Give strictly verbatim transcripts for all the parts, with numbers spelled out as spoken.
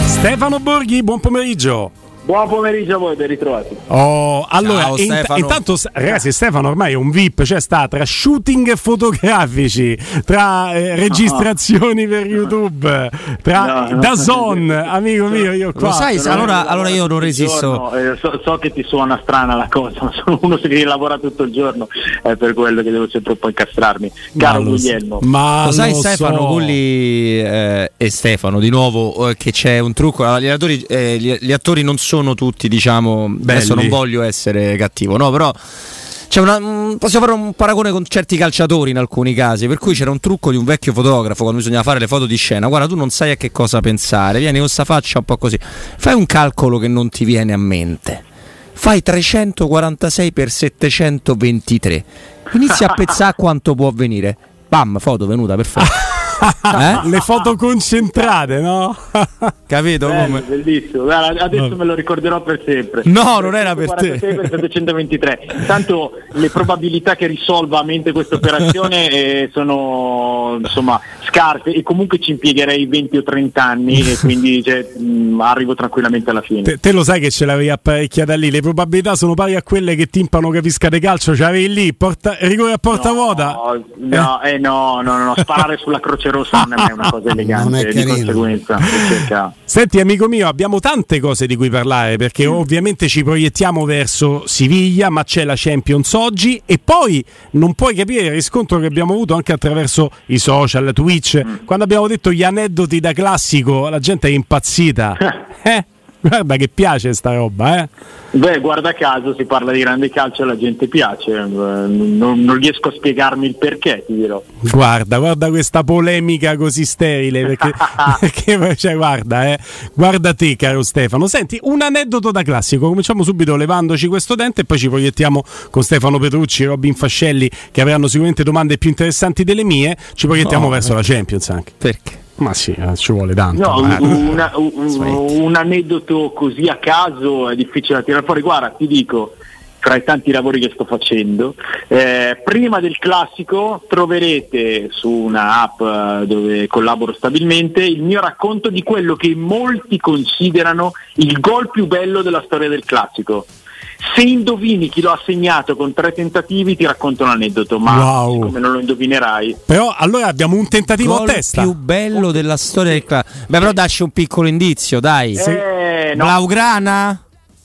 Stefano Borghi, buon pomeriggio. Buon pomeriggio a voi, ben ritrovati. Oh, allora, Ciao, int- Stefano. intanto ragazzi, Stefano ormai è un V I P, cioè sta tra shooting fotografici, tra eh, registrazioni no. per YouTube, tra no, no. DAZN, amico mio, io qua. Lo sai, Sono allora, uno allora io non resisto. Giorno, eh, so, so che ti suona strana la cosa, ma sono uno che lavora tutto il giorno, è per quello che devo sempre un po' incastrarmi. Caro Guglielmo. Ma Lo sai, lo Stefano so. Gulli eh, e Stefano, di nuovo, eh, che c'è un trucco. Allora, gli, attori, eh, gli, gli attori non sono tutti, diciamo, adesso non voglio essere cattivo, no, però c'è una, mh, possiamo fare un paragone con certi calciatori in alcuni casi, per cui c'era un trucco di un vecchio fotografo quando bisognava fare le foto di scena. Guarda, tu non sai a che cosa pensare, vieni con sta faccia un po' così, fai un calcolo che non ti viene a mente, fai trecentoquarantasei per settecentoventitré, inizi a pensare quanto può venire, bam, foto venuta, perfetto. Eh? Le foto concentrate, no? Capito? Bello, Come? bellissimo. Guarda, adesso me lo ricorderò per sempre. No, non era per te. per settecentoventitré. Tanto le probabilità che risolva a mente questa operazione eh, sono insomma scarse, e comunque ci impiegherei venti o trenta anni e quindi cioè, mh, arrivo tranquillamente alla fine. Te, te lo sai che ce l'avevi apparecchiata lì, le probabilità sono pari a quelle che Timpano capisca di calcio, ce l'avevi lì, porta, rigore a porta no, vuota. No, eh, no, no, no, no, sparare sulla Croce Rossa non è una cosa elegante, di conseguenza. Cerca. Senti amico mio, abbiamo tante cose di cui parlare, perché mm. ovviamente ci proiettiamo verso Siviglia, ma c'è la Champions oggi e poi non puoi capire il riscontro che abbiamo avuto anche attraverso i social, Twitch, mm. quando abbiamo detto gli aneddoti da classico, la gente è impazzita. eh? Guarda che piace sta roba, eh? Beh, guarda caso, si parla di grande calcio e la gente piace, non, non riesco a spiegarmi il perché, ti dirò. Guarda, guarda questa polemica così sterile, perché, perché cioè, guarda, eh, guarda te caro Stefano. Senti, un aneddoto da classico, cominciamo subito levandoci questo dente e poi ci proiettiamo con Stefano Petrucci, Robin Fascelli, che avranno sicuramente domande più interessanti delle mie, ci proiettiamo no, verso perché? la Champions anche. Perché? Ma sì, ci vuole tanto. No, una, un, un aneddoto così a caso è difficile da tirare fuori. Guarda, ti dico, fra i tanti lavori che sto facendo, eh, prima del classico troverete su una app dove collaboro stabilmente il mio racconto di quello che molti considerano il gol più bello della storia del classico. Se indovini chi lo ha segnato con tre tentativi ti racconto un aneddoto, ma wow. come non lo indovinerai. Però allora abbiamo un tentativo Gol a testa. più bello della storia del club. Beh, però dacci un piccolo indizio, dai. Eh, no. Blaugrana?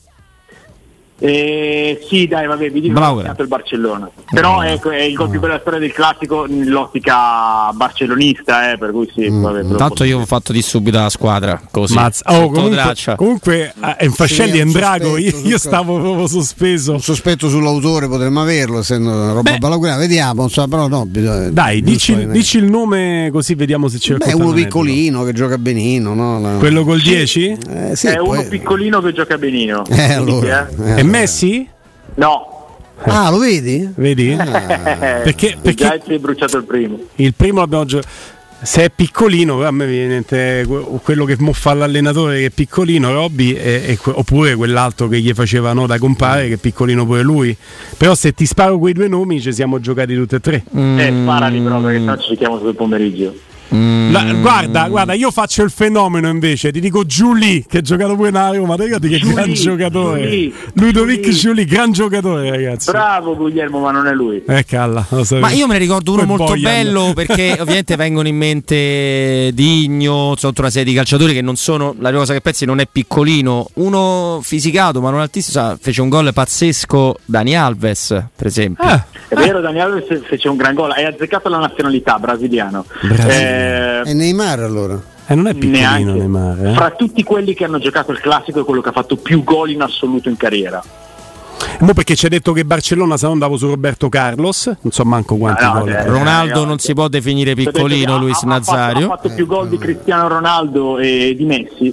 Eh, sì, dai, vabbè, vi dico che è il Barcellona. Però è, è il gol più bello della storia del classico nell'ottica barcellonista, eh, per cui sì. Mm. Vabbè, Intanto io ho fatto di subito la squadra, così. Mazza. Oh, comunque, comunque eh, Fascelli sì, è un drago, io, sospetto, io stavo proprio sospeso. Un sospetto sull'autore potremmo averlo, essendo una roba blaugrana, vediamo, so, però no, bisogna, dai, dici, dici il nome così vediamo se c'è. Beh, è uno piccolino che gioca benino, no? La... Quello col dieci? Eh, sì, è poi... uno piccolino che gioca benino. Eh, allora, eh? eh, è Messi? No. Ah, lo vedi? Vedi? Ah. perché perché già si è bruciato il primo. Il primo l'abbiamo giocato. Se è piccolino, a me viene in mente quello che mo fa l'allenatore che è piccolino, Robby, e, e, oppure quell'altro che gli faceva no da compare, che è piccolino pure lui. Però se ti sparo quei due nomi ci siamo giocati tutti e tre. Mm. Eh, sparali però, perché sennò ci chiamo sul pomeriggio. Mm. La, guarda, guarda, io faccio il fenomeno invece, ti dico Giuli che ha giocato pure nella Roma, ti ricordi che Giuli, gran giocatore, Giuli, Ludovic Giuli, gran giocatore ragazzi. Bravo Guglielmo, ma non è lui. Eh calla, ma io me ne ricordo uno molto Bojan. bello perché ovviamente vengono in mente Digno, tutta una serie di calciatori che non sono, la cosa che pensi non è piccolino, uno fisicato ma non altissimo, fece un gol pazzesco Dani Alves per esempio. Ah, è ah. vero, Dani Alves fece un gran gol, hai azzeccato la nazionalità, brasiliano. Brasile. Eh, È Neymar allora? Eh, non è piccolino neanche. Neymar, eh? Fra tutti quelli che hanno giocato il classico è quello che ha fatto più gol in assoluto in carriera. Mo perché ci ha detto che Barcellona se non andavo su Roberto Carlos, non so manco quanti Ah, no, gol. eh, Ronaldo eh, non eh, si può definire piccolino, ha, Luis ha Nazario. Fatto, ha fatto più gol di Cristiano Ronaldo e di Messi.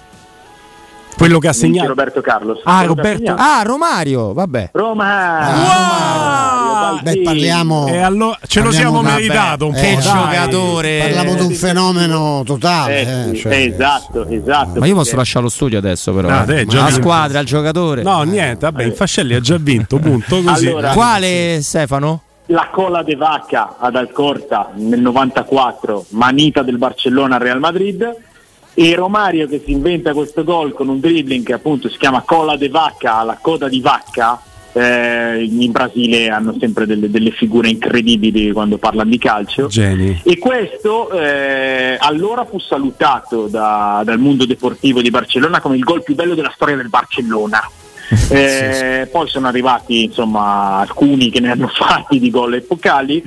Quello che ha segnato Roberto Carlos. Ah, Quello Roberto. Ah, Romario, vabbè. Roma. Ah, wow! Beh, parliamo. E allora ce lo parliamo siamo di- meritato un Che po'. dai. giocatore. Parliamo di un fenomeno totale. Eh, eh, sì, cioè, esatto, esatto. Ma io posso perché- lasciare lo studio adesso però. Ah, eh. te, già la vinto. squadra, il giocatore. No, niente, vabbè, il Fascelli ha già vinto, punto, così. Allora, Quale Stefano? la cola de vacca ad Alcorta nel novantaquattro, manita del Barcellona al Real Madrid. e Romario che si inventa questo gol con un dribbling che appunto si chiama cola de vacca, la coda di vacca. Eh, in Brasile hanno sempre delle, delle figure incredibili quando parlano di calcio. Geni. E questo eh, allora fu salutato da, dal mondo deportivo di Barcellona come il gol più bello della storia del Barcellona. Eh, sì, sì. Poi sono arrivati insomma alcuni che ne hanno fatti di gol epocali,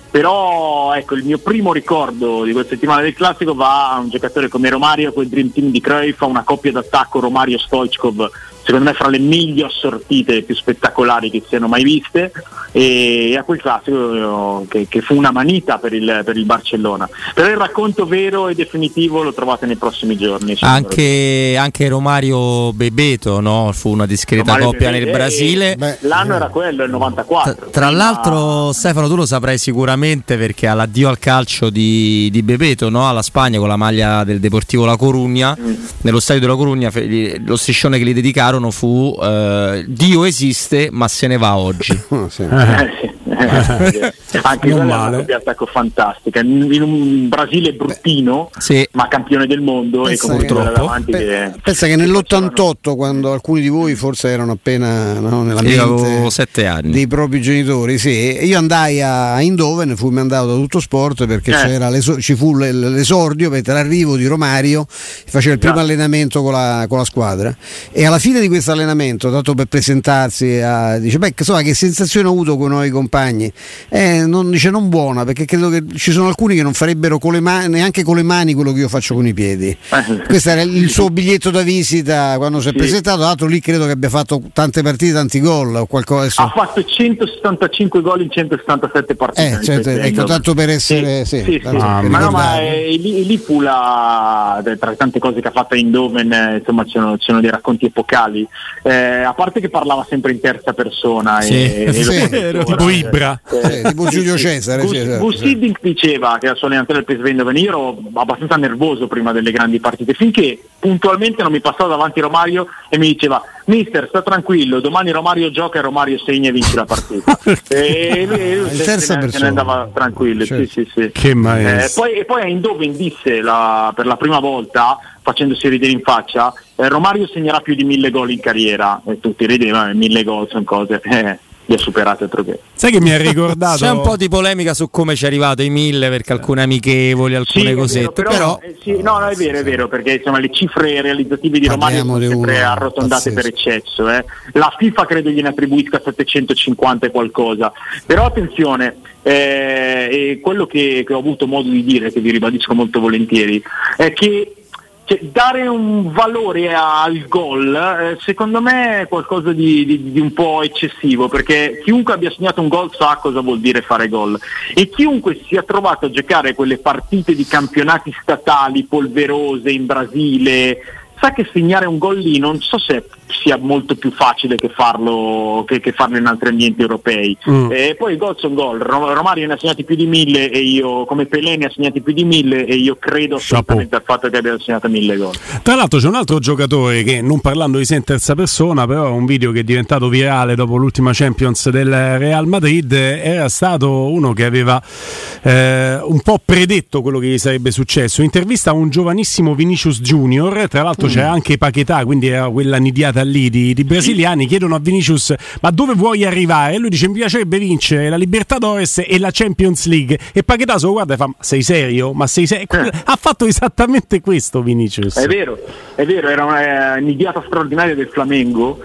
però ecco, il mio primo ricordo di questa settimana del classico va a un giocatore come Romario, quel Dream Team di Cruyff, a una coppia d'attacco Romario-Stoichkov, secondo me fra le meglio assortite e più spettacolari che siano mai viste, e a quel classico che, che fu una manita per il, per il Barcellona. Però il racconto vero e definitivo lo trovate nei prossimi giorni. Anche, anche Romario Bebeto, no? Fu una discreta Romario coppia Bebe, nel Brasile. Beh, l'anno eh. era quello, il novantaquattro. Tra, tra prima... l'altro Stefano tu lo saprai sicuramente perché all'addio al calcio di, di Bebeto, no? Alla Spagna con la maglia del Deportivo La Corugna, mm. nello stadio della Corugna lo striscione che gli dedicarono fu eh, Dio esiste ma se ne va oggi. Oh, sì. eh, sì. Eh, sì. Anche quella è una coppia attacco fantastica in, in un Brasile bruttino, sì. ma campione del mondo. Pensa e comunque che, davanti pe- che, pensa che nell'ottantotto, quando alcuni di voi forse erano appena no, nella mente, io avevo sette anni, dei propri genitori, sì, io andai a Eindhoven, fui mandato da Tutto Sport perché eh. c'era ci fu l'esordio per l'arrivo di Romario, faceva il primo no. allenamento con la, con la squadra, e alla fine di questo allenamento, tanto per presentarsi, a, dice beh, so, che sensazione ho avuto con i nuovi compagni? Eh, non, dice non buona, perché credo che ci sono alcuni che non farebbero con le mani, neanche con le mani quello che io faccio con i piedi. Questo era il suo biglietto da visita quando si è sì. presentato. Tra l'altro lì credo che abbia fatto tante partite, tanti gol o qualcosa. Ha fatto centosettantacinque gol in centosettantasette partite. Eh, certo, ecco, tanto per essere sì, sì, sì, tanto sì. per ma no, ma eh, lì, lì fu la, tra le tante cose che ha fatto a Eindhoven, eh, insomma ci sono, ci sono dei racconti epocali, eh, a parte che parlava sempre in terza persona, sì, e, e sì, lo tipo Ibra, eh, sì, tipo Giulio Cesare. Gus, sì, esatto, Gus sì. Hiddink diceva che era suo allenatore del P S V Eindhoven, io ero abbastanza nervoso prima delle grandi partite, finché puntualmente non mi passava davanti Romario e mi diceva mister sta tranquillo, domani Romario gioca e Romario segna e vince la partita. e lui, lui se, se, ne, se ne andava tranquillo, certo. sì, sì, sì. Che eh, poi, e poi a Eindhoven disse la, per la prima volta, facendosi ridere in faccia, eh, Romario segnerà più di mille gol in carriera, e tutti ridevano, mille gol sono cose eh. li ha superati altro che. Sai che mi ha ricordato? C'è un po' di polemica su come ci è arrivato ai mille, perché alcune amichevoli, alcune sì, cosette, vero, però, però... Eh, sì, no, no, è vero, è vero, perché insomma le cifre realizzative di Romario sono sempre arrotondate pazzesco. Per eccesso, eh. La FIFA credo gliene attribuisca settecentocinquanta e qualcosa, però attenzione, eh, e quello che, che ho avuto modo di dire, che vi ribadisco molto volentieri, è che cioè, dare un valore al gol eh, secondo me è qualcosa di, di, di un po' eccessivo, perché chiunque abbia segnato un gol sa cosa vuol dire fare gol, e chiunque sia trovato a giocare quelle partite di campionati statali polverose in Brasile sa che segnare un gol lì non so se sia molto più facile che farlo che, che farlo in altri ambienti europei. Mm. E poi i gol sono gol. Romario ne ha segnati più di mille e io, come Pelé, ne ha segnati più di mille e io credo assolutamente al fatto che abbia segnato mille gol. Tra l'altro c'è un altro giocatore che, non parlando di sé in terza persona, però è un video che è diventato virale dopo l'ultima Champions del Real Madrid, era stato uno che aveva eh, un po' predetto quello che gli sarebbe successo. Intervista a un giovanissimo Vinicius Junior, tra l'altro mm. c'era anche Paquetá, quindi era quella nidiata lì di, di brasiliani. Chiedono a Vinicius ma dove vuoi arrivare, e lui dice mi piacerebbe vincere la Libertadores e la Champions League, e Paquetá se lo guarda e fa sei serio? Ma sei serio? Eh. Ha fatto esattamente questo Vinicius. È vero, è vero, era una nidiata straordinaria del Flamengo,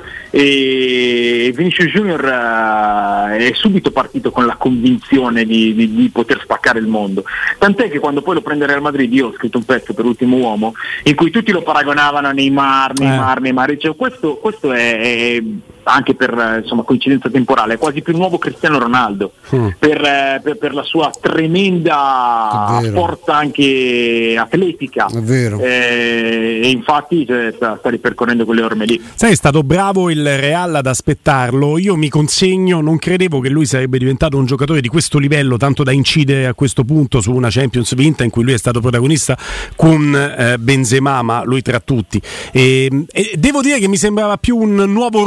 e Vinicius Junior uh, è subito partito con la convinzione di, di, di poter spaccare il mondo, tant'è che quando poi lo prende Real Madrid, io ho scritto un pezzo per Ultimo Uomo in cui tutti lo paragonavano a Neymar, Neymar, eh. Neymar, cioè, questo, questo è, è anche per insomma coincidenza temporale, è quasi più nuovo Cristiano Ronaldo, mm. per, eh, per, per la sua tremenda forza anche atletica, è vero. Eh, e infatti cioè, sta, sta ripercorrendo quelle orme lì. Sai, è stato bravo il Real ad aspettarlo. Io mi consegno, non credevo che lui sarebbe diventato un giocatore di questo livello, tanto da incidere a questo punto su una Champions vinta in cui lui è stato protagonista con eh, Benzema, ma lui tra tutti, e, e devo dire che mi sembrava più un nuovo Robinho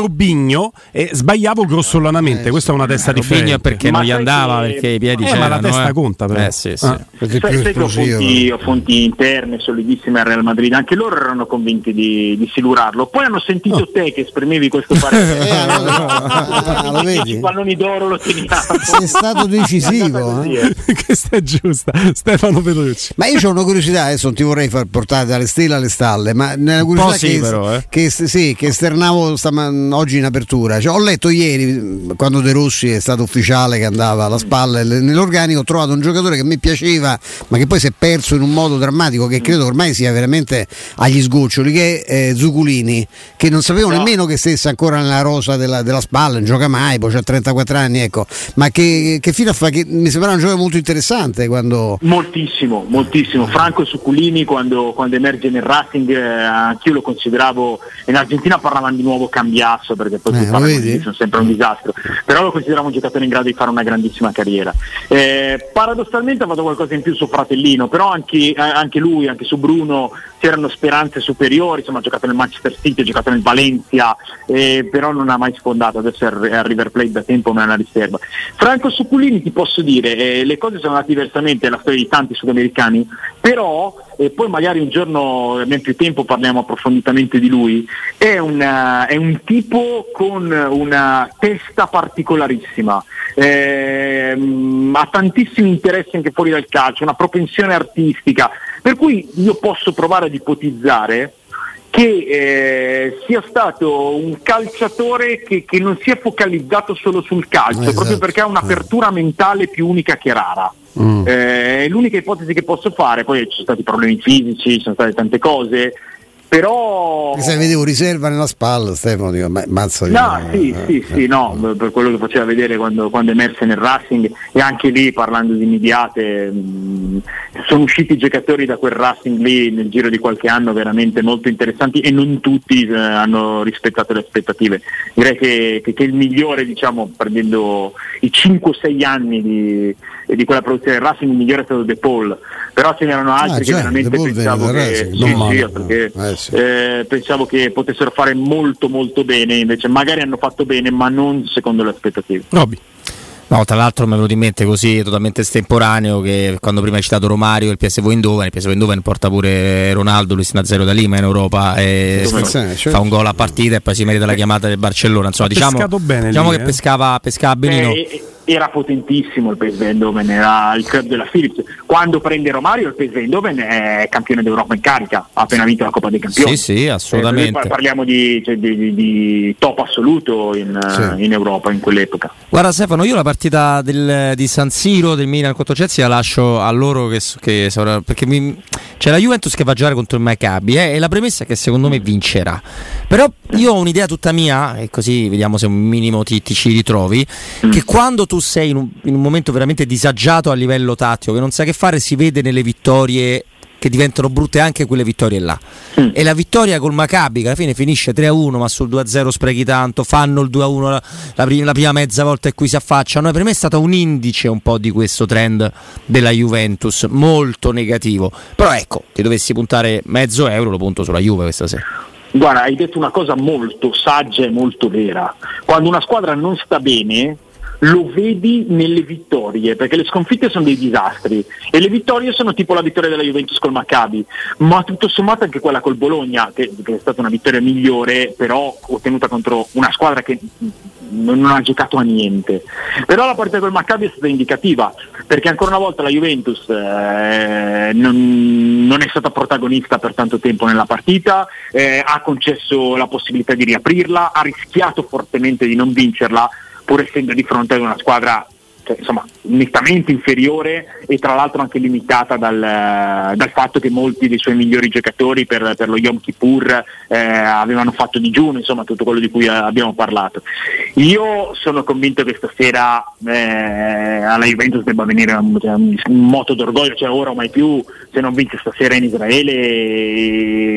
Robinho e sbagliavo grossolanamente. Eh, Questa è una testa differente. Robinho perché ma non gli andava che... perché i piedi eh, c'erano, ma la testa eh. conta però. Eh, sì, sì. Ah. Sai, sai che ho fonti, ho fonti interne solidissime al Real Madrid, anche loro erano convinti di, di silurarlo. Poi hanno sentito oh. te che esprimevi questo parere. eh, no, no, no, lo vedi? I palloni d'oro lo teniamo. Sei stato decisivo. È eh? Questa è giusta. Stefano Petrucci. Ma io ho una curiosità, adesso non ti vorrei far portare dalle stelle alle stalle, ma nella curiosità sì, che, però, eh. che, sì, che esternavo staman, oggi in apertura, cioè, ho letto ieri quando De Rossi è stato ufficiale che andava alla spalla nell'organico, ho trovato un giocatore che mi piaceva ma che poi si è perso in un modo drammatico che credo ormai sia veramente agli sgoccioli, che è eh, Zuculini, che non sapevo no. nemmeno che stesse ancora nella rosa della, della spalla, non gioca mai, poi c'ha trentaquattro anni, ecco, ma che, che fino a fa che mi sembrava un giocatore molto interessante quando... moltissimo, moltissimo. Franco Zuculini quando, quando emerge nel Racing, eh, anch'io lo consideravo, in Argentina parlavano di nuovo cambiasso perché poi eh, parla, sono sempre un disastro, però lo consideravo un giocatore in grado di fare una grandissima carriera. Eh, paradossalmente ha fatto qualcosa in più su Fratellino, però anche, eh, anche lui, anche su Bruno c'erano speranze superiori, insomma ha giocato nel Manchester City, ha giocato nel Valencia, eh, però non ha mai sfondato, adesso è a River Plate da tempo ma è una riserva. Franco Zuculini ti posso dire, eh, le cose sono andate diversamente, è la storia di tanti sudamericani, però e poi magari un giorno abbiamo più tempo, parliamo approfonditamente di lui, è un, uh, è un tipo con una testa particolarissima, eh, ha tantissimi interessi anche fuori dal calcio, una propensione artistica, per cui io posso provare ad ipotizzare che eh, sia stato un calciatore che, che non si è focalizzato solo sul calcio, esatto. proprio perché ha un'apertura mentale più unica che rara. Mm. Eh, è l'unica ipotesi che posso fare, poi ci sono stati problemi fisici, ci sono state tante cose, però se vedevo riserva nella spalla, Stefano, dico, ma mazza no, di... sì, eh, sì, eh. sì, no, per quello che faceva vedere quando, quando emerse nel Racing, e anche lì parlando di mediate, mh, sono usciti giocatori da quel Racing lì nel giro di qualche anno veramente molto interessanti e non tutti eh, hanno rispettato le aspettative. Direi che, che, che il migliore, diciamo, prendendo i cinque sei anni di, di quella produzione del Racing, il migliore è stato De Paul, però ce n'erano altri ah, che certo, veramente pensavo che, sì, sì, perché, eh, sì. Eh, pensavo che potessero fare molto molto bene, invece magari hanno fatto bene ma non secondo le aspettative. Robby. No, tra l'altro mi è venuto in mente così totalmente estemporaneo che quando prima hai citato Romario, il P S V Eindhoven, il P S V Eindhoven porta pure Ronaldo, Luis Nazero da Lima in Europa e fa, certo. fa un gol a partita e poi si merita la chiamata del Barcellona, insomma, diciamo, bene diciamo lì, che eh. pescava, pescava benino. Eh, era potentissimo il P S V Eindhoven, era il club della Philips. Quando prende Romario il P S V Eindhoven è campione d'Europa in carica, ha appena vinto la Coppa dei Campioni. Sì, sì, assolutamente. Eh, parliamo di, cioè, di, di, di top assoluto in, sì. in Europa in quell'epoca. Guarda Stefano, io la partita del, di San Siro del Milan contro Chelsea la lascio a loro che, che perché mi, c'è la Juventus che va a giocare contro il Maccabi eh, e la premessa è che secondo me vincerà. Però io ho un'idea tutta mia, e così vediamo se un minimo ti, ti ci ritrovi, mm. che quando tu sei in un, in un momento veramente disagiato a livello tattico, che non sai che fare, si vede nelle vittorie che diventano brutte, anche quelle vittorie là. Mm. E la vittoria col Maccabi che alla fine finisce tre a uno, ma sul due a zero sprechi tanto, fanno il due a uno la, la, prima, la prima mezza volta in cui si affacciano, e per me è stato un indice un po' di questo trend della Juventus molto negativo. Però ecco, ti dovessi puntare mezzo euro, lo punto sulla Juve questa sera. Guarda, hai detto una cosa molto saggia e molto vera. Quando una squadra non sta bene lo vedi nelle vittorie, perché le sconfitte sono dei disastri e le vittorie sono tipo la vittoria della Juventus col Maccabi, ma tutto sommato anche quella col Bologna, che, che è stata una vittoria migliore, però ottenuta contro una squadra che non ha giocato a niente. Però la partita col Maccabi è stata indicativa, perché ancora una volta la Juventus eh, non, non è stata protagonista per tanto tempo nella partita, eh, ha concesso la possibilità di riaprirla, ha rischiato fortemente di non vincerla, pur essendo di fronte ad una squadra cioè, insomma, nettamente inferiore e tra l'altro anche limitata dal, dal fatto che molti dei suoi migliori giocatori per, per lo Yom Kippur eh, avevano fatto digiuno, insomma tutto quello di cui abbiamo parlato. Io sono convinto che stasera eh, alla Juventus debba venire un, un, un moto d'orgoglio, cioè ora o mai più, se non vince stasera in Israele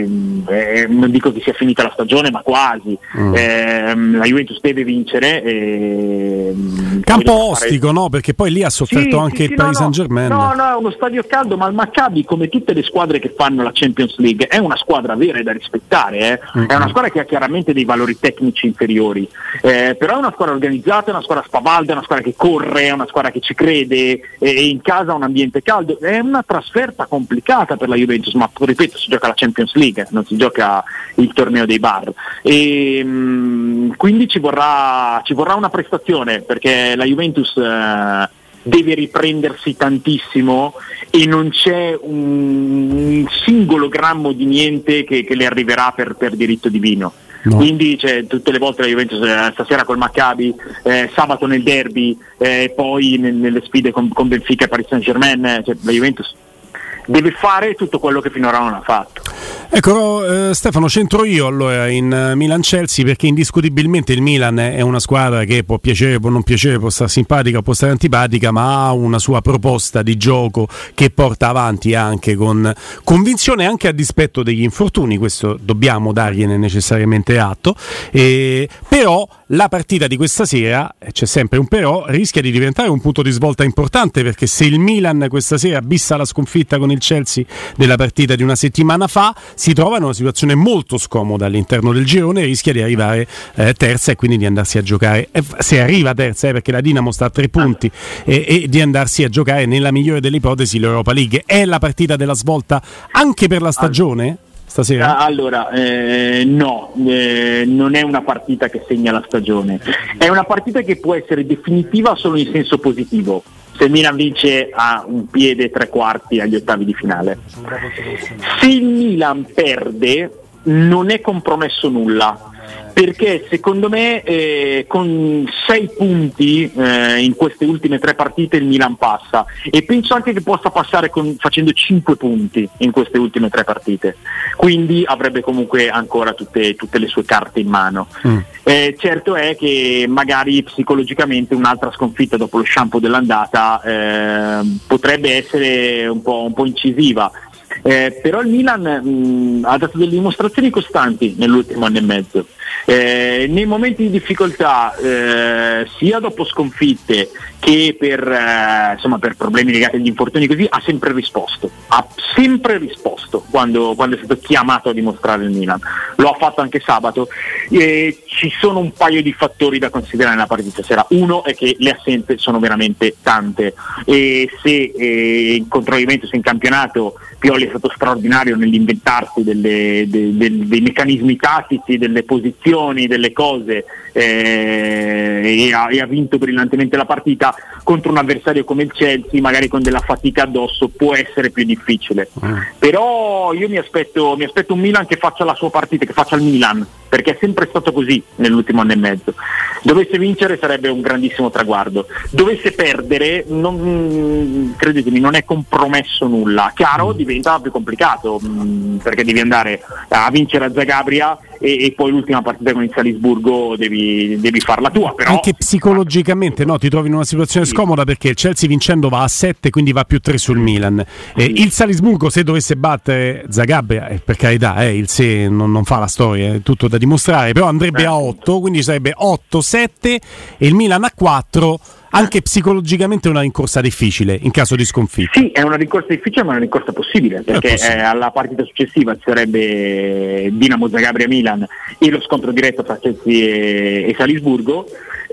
eh, non dico che sia finita la stagione, ma quasi. Mm. Eh, la Juventus deve vincere. Eh, Campo ostico, fare... no? Perché poi lì ha sofferto sì, anche sì, il sì, Paris no, Saint-Germain. No, no, è uno stadio caldo, ma il Maccabi, come tutte le squadre che fanno la Champions League, è una squadra vera e da rispettare. Eh. Mm-hmm. È una squadra che ha chiaramente dei valori tecnici inferiori, eh, però è una squadra organizzata, è una squadra spavalda, è una squadra che corre, è una squadra che ci crede, e in casa ha un ambiente caldo. È una trasferta complicata per la Juventus, ma ripeto, si gioca la Champions League, non si gioca il torneo dei bar, e mh, quindi ci vorrà, ci vorrà una prestazione, perché la Juventus eh, deve riprendersi tantissimo e non c'è un, un singolo grammo di niente che, che le arriverà per, per diritto divino. No. Quindi cioè, tutte le volte la Juventus eh, stasera col Maccabi, eh, sabato nel derby, eh, poi nel, nelle sfide con, con Benfica e Paris Saint-Germain, cioè, la Juventus deve fare tutto quello che finora non ha fatto. Ecco, eh, Stefano, c'entro io allora in uh, Milan-Chelsea, perché indiscutibilmente il Milan è una squadra che può piacere, può non piacere, può stare simpatica, può stare antipatica, ma ha una sua proposta di gioco che porta avanti anche con convinzione, anche a dispetto degli infortuni, questo dobbiamo dargliene necessariamente atto, e, però la partita di questa sera, c'è sempre un però, rischia di diventare un punto di svolta importante, perché se il Milan questa sera bissa la sconfitta con il Chelsea della partita di una settimana fa, si trova in una situazione molto scomoda all'interno del girone e rischia di arrivare eh, terza, e quindi di andarsi a giocare, eh, se arriva terza, eh, perché la Dinamo sta a tre punti, e, e di andarsi a giocare nella migliore delle ipotesi l'Europa League. È la partita della svolta anche per la stagione? Stasera? Allora, eh, no, eh, non è una partita che segna la stagione, è una partita che può essere definitiva solo in senso positivo. Se il Milan vince ha un piede e tre quarti agli ottavi di finale. Se il Milan perde non è compromesso nulla, perché secondo me eh, con sei punti eh, in queste ultime tre partite il Milan passa, e penso anche che possa passare con, facendo cinque punti in queste ultime tre partite, quindi avrebbe comunque ancora tutte, tutte le sue carte in mano. Mm. Eh, certo è che magari psicologicamente un'altra sconfitta dopo lo shampoo dell'andata eh, potrebbe essere un po', un po' incisiva. Eh, però il Milan mh, ha dato delle dimostrazioni costanti nell'ultimo anno e mezzo, eh, nei momenti di difficoltà, eh, sia dopo sconfitte che per, eh, insomma, per problemi legati agli infortuni, così ha sempre risposto, ha sempre risposto quando, quando è stato chiamato a dimostrare il Milan. Lo ha fatto anche sabato. Eh, ci sono un paio di fattori da considerare nella partita sera. Uno è che le assenze sono veramente tante, e se eh, contro la Juventus in campionato Pioli è stato straordinario nell'inventarsi delle, de, de, dei meccanismi tattici, delle posizioni, delle cose, eh, e, ha, e ha vinto brillantemente la partita, contro un avversario come il Chelsea magari con della fatica addosso può essere più difficile. Mm. Però io mi aspetto, mi aspetto un Milan che faccia la sua partita, che faccia il Milan, perché è sempre stato così nell'ultimo anno e mezzo. Dovesse vincere sarebbe un grandissimo traguardo, dovesse perdere non, credetemi, non è compromesso nulla. Chiaro, diventa più complicato, mh, perché devi andare a vincere a Zagabria e, e poi l'ultima partita con il Salisburgo devi, devi farla tua. Però anche psicologicamente no, ti trovi in una situazione sì. scomoda, perché il Chelsea vincendo va a sette, quindi va più tre sul Milan. Sì. Eh, il Salisburgo, se dovesse battere Zagabria, eh, per carità, eh, il se non, non fa la storia, è tutto da dimostrare, però andrebbe a otto, quindi sarebbe otto sette, e il Milan a quattro. Anche psicologicamente è una rincorsa difficile in caso di sconfitta. Sì, è una rincorsa difficile, ma è una rincorsa possibile, perché possibile. Eh, alla partita successiva ci sarebbe Dinamo Zagabria-Milan e lo scontro diretto tra Chelsea e, e Salisburgo,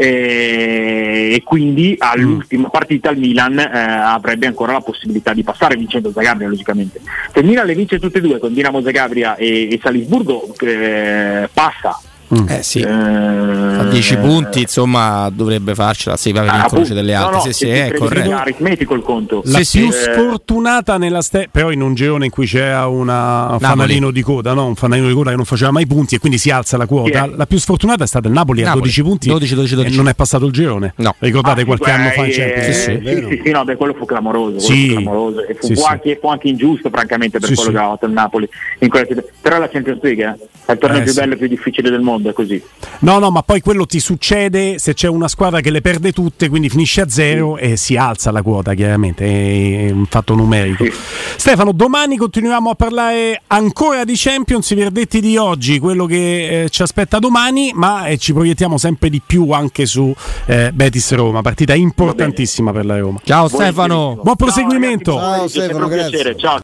eh, e quindi all'ultima mm. partita il Milan eh, avrebbe ancora la possibilità di passare vincendo Zagabria, logicamente. Se il Milan le vince tutte e due con Dinamo Zagabria e, e Salisburgo, eh, passa. Mm. Eh sì, eh, a dieci punti insomma dovrebbe farcela, se va per il croce delle altre. No, no, se si è corretto, aritmetico il conto. La se più sì. sfortunata nella ste- però in un girone in cui c'era una, un fanalino di coda, no? un fanalino di coda che non faceva mai punti e quindi si alza la quota. La più sfortunata è stata il Napoli, Napoli. a dodici punti dodici, dodici, dodici. e non è passato il girone. No. Ricordate ah, qualche sì, anno fa in eh, Champions? eh, sì, sì, sì, sì, no, beh, quello fu clamoroso, sì. fu clamoroso e fu, sì, fu, sì. Anche, fu anche ingiusto francamente per sì, quello sì. che ha fatto il Napoli in quella. Però la Champions League eh, è il torneo eh, più sì. bello e più difficile del mondo. mondo, è così. No, no, ma poi quello ti succede se c'è una squadra che le perde tutte, quindi finisce a zero sì. e si alza la quota, chiaramente, è un fatto numerico. Sì. Stefano, domani continuiamo a parlare ancora di Champions, i verdetti di oggi, quello che eh, ci aspetta domani, ma eh, ci proiettiamo sempre di più anche su eh, Betis Roma, partita importantissima per la Roma. Ciao Stefano, buon proseguimento. Ciao, Stefano, grazie. Ciao.